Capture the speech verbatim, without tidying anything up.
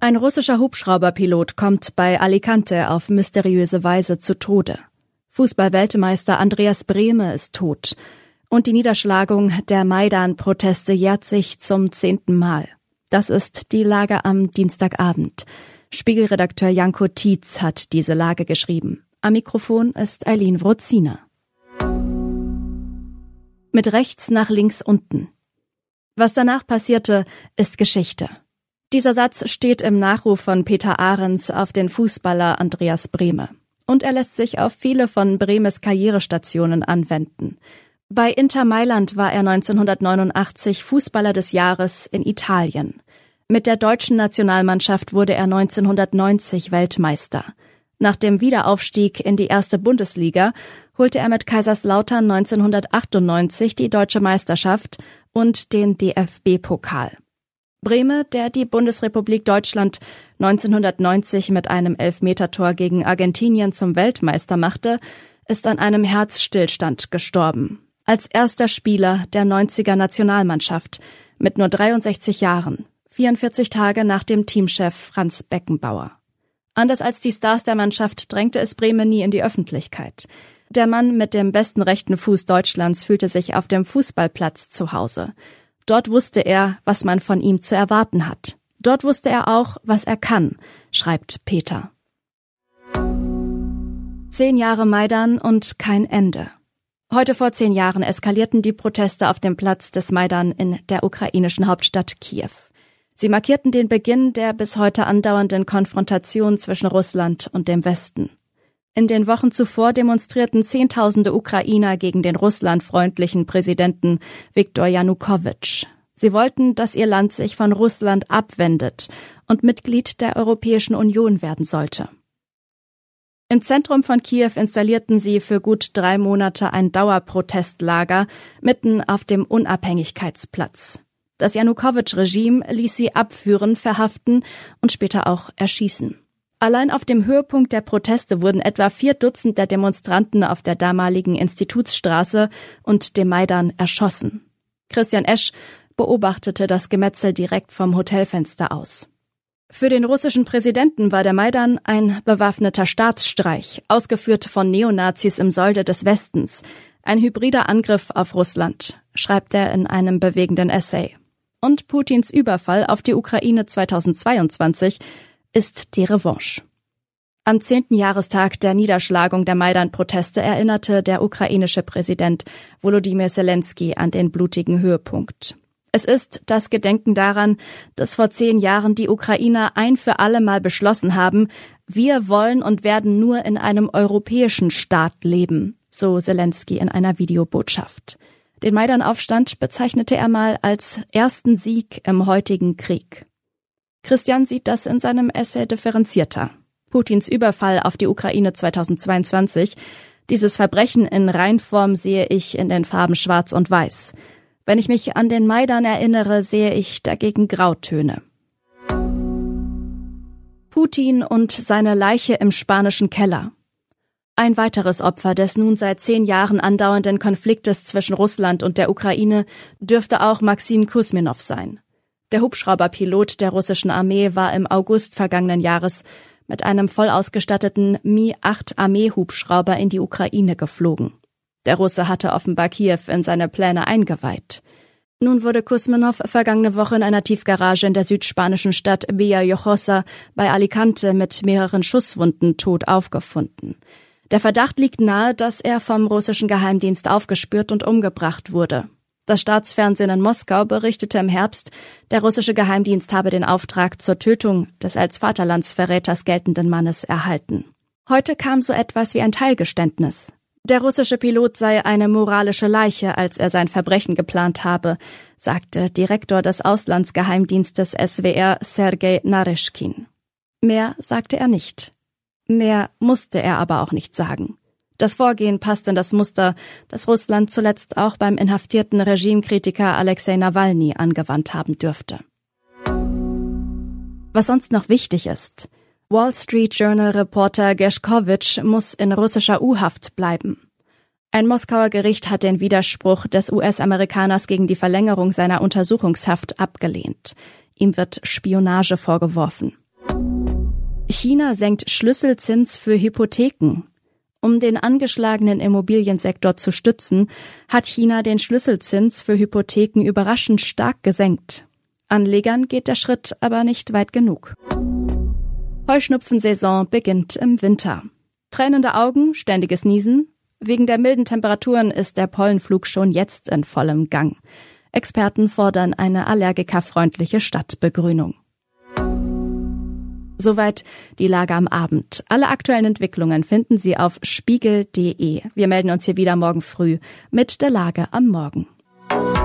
Ein russischer Hubschrauberpilot kommt bei Alicante auf mysteriöse Weise zu Tode. Fußball-Weltmeister Andreas Brehme ist tot. Und die Niederschlagung der Maidan-Proteste jährt sich zum zehnten Mal. Das ist die Lage am Dienstagabend. Spiegelredakteur Janko Tietz hat diese Lage geschrieben. Am Mikrofon ist Eileen Wrozina. Mit rechts nach links unten. Was danach passierte, ist Geschichte. Dieser Satz steht im Nachruf von Peter Ahrens auf den Fußballer Andreas Brehme. Und er lässt sich auf viele von Brehmes Karrierestationen anwenden. Bei Inter Mailand war er neunzehnhundertneunundachtzig Fußballer des Jahres in Italien. Mit der deutschen Nationalmannschaft wurde er neunzehnhundertneunzig Weltmeister. Nach dem Wiederaufstieg in die erste Bundesliga holte er mit Kaiserslautern neunzehnhundertachtundneunzig die deutsche Meisterschaft und den D F B-Pokal. Brehme, der die Bundesrepublik Deutschland neunzehnhundertneunzig mit einem Elfmetertor gegen Argentinien zum Weltmeister machte, ist an einem Herzstillstand gestorben. Als erster Spieler der neunziger Nationalmannschaft mit nur dreiundsechzig Jahren, vierundvierzig Tage nach dem Teamchef Franz Beckenbauer. Anders als die Stars der Mannschaft drängte es Brehme nie in die Öffentlichkeit. Der Mann mit dem besten rechten Fuß Deutschlands fühlte sich auf dem Fußballplatz zu Hause. Dort wusste er, was man von ihm zu erwarten hat. Dort wusste er auch, was er kann, schreibt Peter. Zehn Jahre Maidan und kein Ende. Heute vor zehn Jahren eskalierten die Proteste auf dem Platz des Maidan in der ukrainischen Hauptstadt Kiew. Sie markierten den Beginn der bis heute andauernden Konfrontation zwischen Russland und dem Westen. In den Wochen zuvor demonstrierten Zehntausende Ukrainer gegen den russlandfreundlichen Präsidenten Viktor Janukowitsch. Sie wollten, dass ihr Land sich von Russland abwendet und Mitglied der Europäischen Union werden sollte. Im Zentrum von Kiew installierten sie für gut drei Monate ein Dauerprotestlager mitten auf dem Unabhängigkeitsplatz. Das Janukowitsch-Regime ließ sie abführen, verhaften und später auch erschießen. Allein auf dem Höhepunkt der Proteste wurden etwa vier Dutzend der Demonstranten auf der damaligen Institutsstraße und dem Maidan erschossen. Christian Esch beobachtete das Gemetzel direkt vom Hotelfenster aus. Für den russischen Präsidenten war der Maidan ein bewaffneter Staatsstreich, ausgeführt von Neonazis im Solde des Westens, ein hybrider Angriff auf Russland, schreibt er in einem bewegenden Essay. Und Putins Überfall auf die Ukraine zweitausendzweiundzwanzig ist die Revanche. Am zehnten Jahrestag der Niederschlagung der Maidan-Proteste erinnerte der ukrainische Präsident Volodymyr Zelensky an den blutigen Höhepunkt. Es ist das Gedenken daran, dass vor zehn Jahren die Ukrainer ein für alle Mal beschlossen haben, wir wollen und werden nur in einem europäischen Staat leben, so Zelensky in einer Videobotschaft. Den Maidan-Aufstand bezeichnete er mal als ersten Sieg im heutigen Krieg. Christian sieht das in seinem Essay differenzierter. Putins Überfall auf die Ukraine zweitausendzweiundzwanzig, dieses Verbrechen in Reinform sehe ich in den Farben Schwarz und Weiß. Wenn ich mich an den Maidan erinnere, sehe ich dagegen Grautöne. Putin und seine Leiche im spanischen Keller. Ein weiteres Opfer des nun seit zehn Jahren andauernden Konfliktes zwischen Russland und der Ukraine dürfte auch Maxim Kusminow sein. Der Hubschrauberpilot der russischen Armee war im August vergangenen Jahres mit einem voll ausgestatteten Mi acht Armeehubschrauber in die Ukraine geflogen. Der Russe hatte offenbar Kiew in seine Pläne eingeweiht. Nun wurde Kusminow vergangene Woche in einer Tiefgarage in der südspanischen Stadt Villajojosa bei Alicante mit mehreren Schusswunden tot aufgefunden. Der Verdacht liegt nahe, dass er vom russischen Geheimdienst aufgespürt und umgebracht wurde. Das Staatsfernsehen in Moskau berichtete im Herbst, der russische Geheimdienst habe den Auftrag zur Tötung des als Vaterlandsverräters geltenden Mannes erhalten. Heute kam so etwas wie ein Teilgeständnis. Der russische Pilot sei eine moralische Leiche, als er sein Verbrechen geplant habe, sagte Direktor des Auslandsgeheimdienstes S W R Sergei Naryshkin. Mehr sagte er nicht. Mehr musste er aber auch nicht sagen. Das Vorgehen passt in das Muster, das Russland zuletzt auch beim inhaftierten Regimekritiker Alexei Nawalny angewandt haben dürfte. Was sonst noch wichtig ist: Wall Street Journal-Reporter Gershkovich muss in russischer U-Haft bleiben. Ein Moskauer Gericht hat den Widerspruch des U S-Amerikaners gegen die Verlängerung seiner Untersuchungshaft abgelehnt. Ihm wird Spionage vorgeworfen. China senkt Schlüsselzins für Hypotheken. Um den angeschlagenen Immobiliensektor zu stützen, hat China den Schlüsselzins für Hypotheken überraschend stark gesenkt. Anlegern geht der Schritt aber nicht weit genug. Heuschnupfensaison beginnt im Winter. Tränende Augen, ständiges Niesen. Wegen der milden Temperaturen ist der Pollenflug schon jetzt in vollem Gang. Experten fordern eine allergikerfreundliche Stadtbegrünung. Soweit die Lage am Abend. Alle aktuellen Entwicklungen finden Sie auf spiegel punkt de. Wir melden uns hier wieder morgen früh mit der Lage am Morgen.